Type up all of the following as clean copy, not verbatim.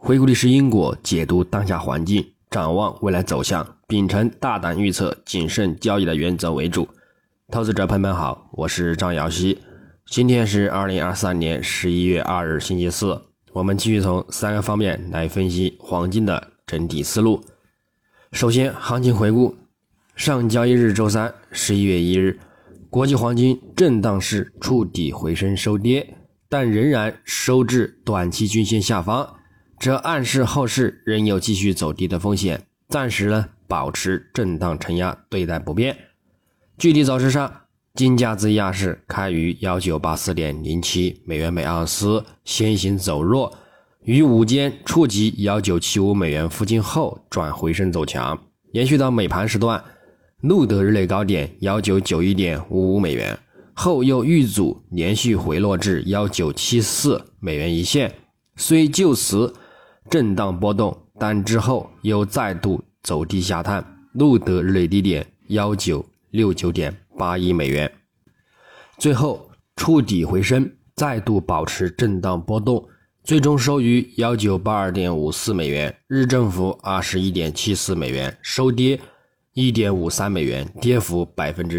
回顾历史因果，解读当下环境，展望未来走向，秉承大胆预测、谨慎交易的原则为主。投资者朋友们好，我是张瑶希。今天是2023年11月2日星期四，我们继续从3个方面来分析黄金的整体思路。首先，行情回顾，上交易日周三11月1日，国际黄金震荡式触底回升收跌，但仍然收至短期均线下方，这暗示后市仍有继续走低的风险，暂时保持震荡承压对待不变。具体走势上，金价自亚市开于 1984.07 美元每盎司先行走弱，于午间触及 1975 美元附近后转回升走强，延续到美盘时段录得日内高点 1991.55 美元，后又遇阻连续回落至 1974 美元一线，虽就此震荡波动，但之后又再度走低下探，录得日内低点 1969.81 美元，最后触底回升，再度保持震荡波动，最终收于 1982.54 美元，日振幅 21.74 美元，收跌 1.53 美元，跌幅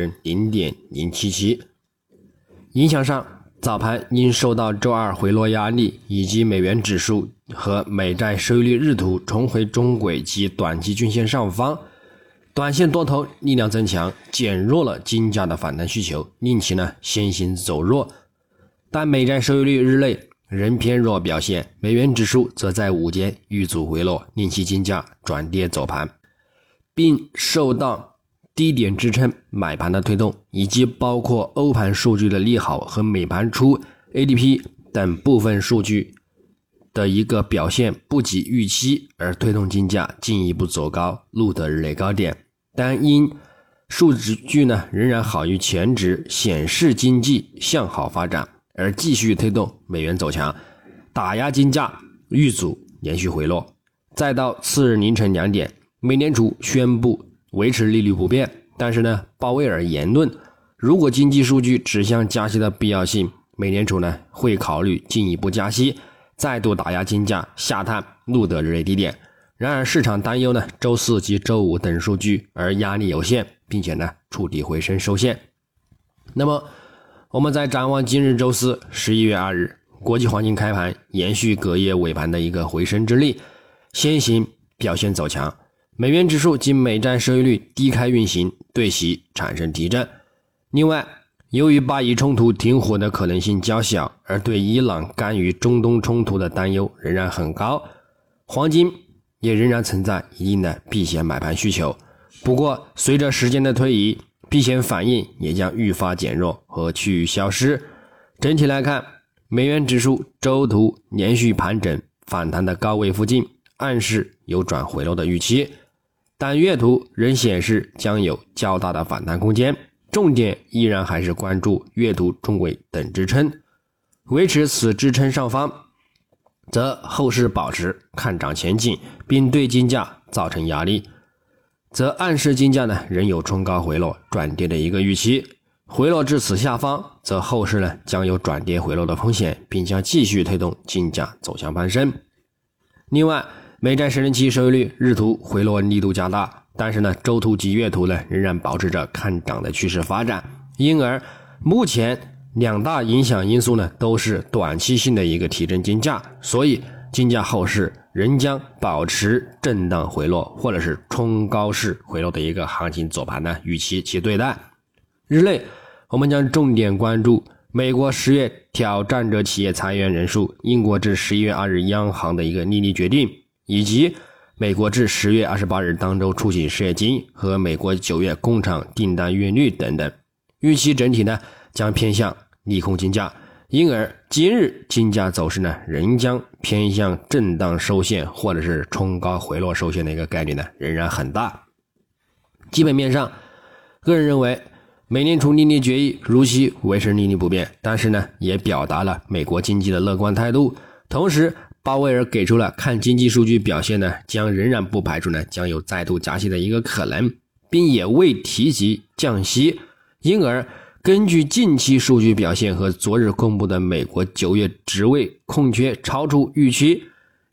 0.077%。影响上，早盘因受到周二回落压力以及美元指数和美债收益率日图重回中轨及短期均线上方，短线多头力量增强，减弱了金价的反弹需求，令其先行走弱。但美债收益率日内仍偏弱表现，美元指数则在午间遇阻回落，令其金价转跌走盘，并受到低点支撑买盘的推动，以及包括欧盘数据的利好和美盘初 ADP 等部分数据的一个表现不及预期，而推动金价进一步走高，录得日内高点。但因数据仍然好于前值，显示经济向好发展，而继续推动美元走强，打压金价遇阻连续回落。再到次日凌晨2点，美联储宣布维持利率不变，但是鲍威尔言论，如果经济数据指向加息的必要性，美联储会考虑进一步加息，再度打压金价下探，录得日内低点。然而市场担忧周四及周五等数据而压力有限，并且触底回升收线。那么我们再展望今日周四11月2日，国际黄金开盘延续隔夜尾盘的一个回升之力，先行表现走强，美元指数及美债收益率低开运行，对其产生提振。另外，由于巴以冲突停火的可能性较小，而对伊朗干预中东冲突的担忧仍然很高，黄金也仍然存在一定的避险买盘需求。不过随着时间的推移，避险反应也将愈发减弱和趋于消失。整体来看，美元指数周图连续盘整反弹的高位附近，暗示有转回落的预期，但月图仍显示将有较大的反弹空间，重点依然还是关注月图中轨等支撑，维持此支撑上方，则后市保持看涨前景，并对金价造成压力，则暗示金价仍有冲高回落转跌的一个预期。回落至此下方，则后市将有转跌回落的风险，并将继续推动金价走向攀升。另外，美债10年期收益率日图回落力度加大，但是周图及月图仍然保持着看涨的趋势发展，因而目前两大影响因素都是短期性的一个提振金价，所以金价后市仍将保持震荡回落或者是冲高式回落的一个行情走盘预期其对待。日内我们将重点关注美国10月挑战者企业裁员人数，英国至11月2日央行的一个利率决定，以及美国至10月28日当周出勤失业金和美国9月工厂订单月率等等。预期整体将偏向利空金价，因而今日金价走势仍将偏向震荡收线或者是冲高回落收线的一个概率仍然很大。基本面上，个人认为美联储利率决议如期维持利率不变，但是也表达了美国经济的乐观态度。同时，鲍威尔给出了看经济数据表现将仍然不排除将有再度加息的一个可能，并也未提及降息。因而根据近期数据表现和昨日公布的美国9月职位空缺超出预期，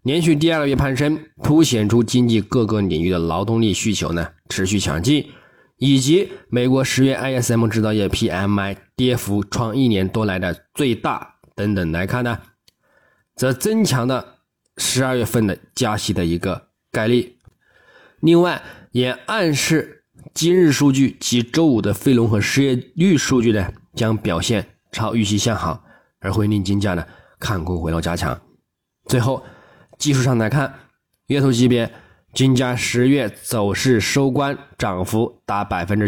连续第2个月攀升，凸显出经济各个领域的劳动力需求呢持续强劲，以及美国10月 ISM 制造业 PMI 跌幅创1年多来的最大等等来看呢，则增强了12月份的加息的一个概率。另外也暗示今日数据及周五的非农和失业率数据呢将表现超预期向好，而会令金价呢看空回落加强。最后技术上来看，月图级别金价10月走势收官涨幅达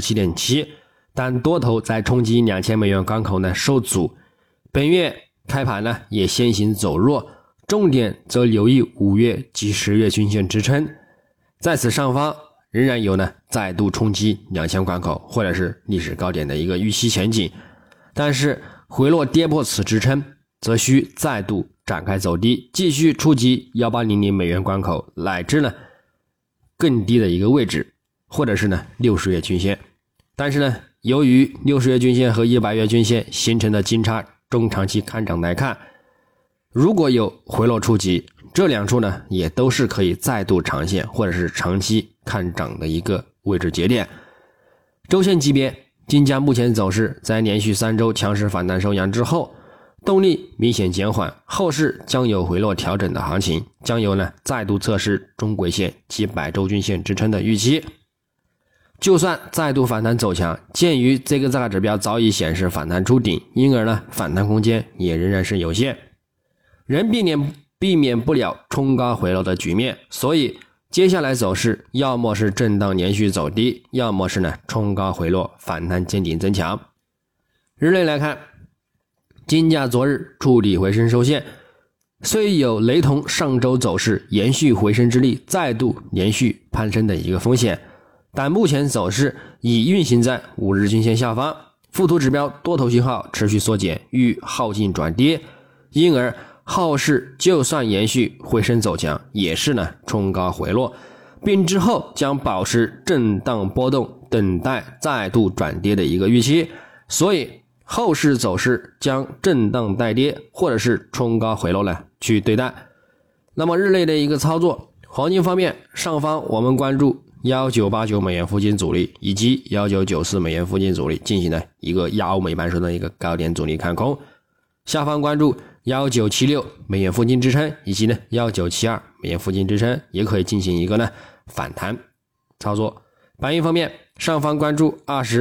7.7%， 但多头在冲击2000美元关口呢受阻，本月开盘呢也先行走弱，重点则留意5月及10月均线支撑，在此上方仍然有呢再度冲击2000关口或者是历史高点的一个预期前景，但是回落跌破此支撑，则需再度展开走低，继续触及1800美元关口，乃至呢更低的一个位置，或者是呢60月均线。但是呢，由于60月均线和100月均线形成的金叉中长期看涨来看，如果有回落触及，这两处呢也都是可以再度长线或者是长期看涨的一个位置节点。周线级别，金价目前走势在连续3周强势反弹收阳之后，动力明显减缓，后市将有回落调整的行情，将有呢再度测试中轨线及100周均线支撑的预期。就算再度反弹走强，鉴于这个指标早已显示反弹出顶，因而呢反弹空间也仍然是有限，仍避免不了冲高回落的局面，所以接下来走势要么是震荡连续走低，要么是呢冲高回落反弹见顶增强。日内来看，金价昨日触底回升收线，虽有雷同上周走势延续回升之力再度连续攀升的一个风险，但目前走势已运行在5日均线下方，附图指标多头信号持续缩减，遇耗尽转跌，因而后市就算延续回升走强，也是呢冲高回落，并之后将保持震荡波动，等待再度转跌的一个预期，所以后市走势将震荡带跌或者是冲高回落呢去对待。那么日内的一个操作，黄金方面，上方我们关注1989美元附近阻力以及1994美元附近阻力，进行了一个亚欧美半收的一个高点阻力看空，下方关注1976美元附近支撑以及呢1972美元附近支撑，也可以进行一个呢反弹操作。白银方面，上方关注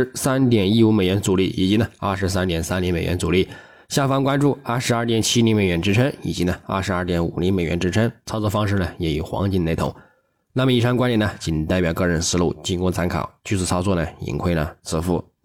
23.15 美元阻力以及呢 23.30 美元阻力，下方关注 22.70 美元支撑以及呢 22.50 美元支撑，操作方式呢也与黄金雷同。那么以上观点呢仅代表个人思路，仅供参考，据此操作呢盈亏呢自负。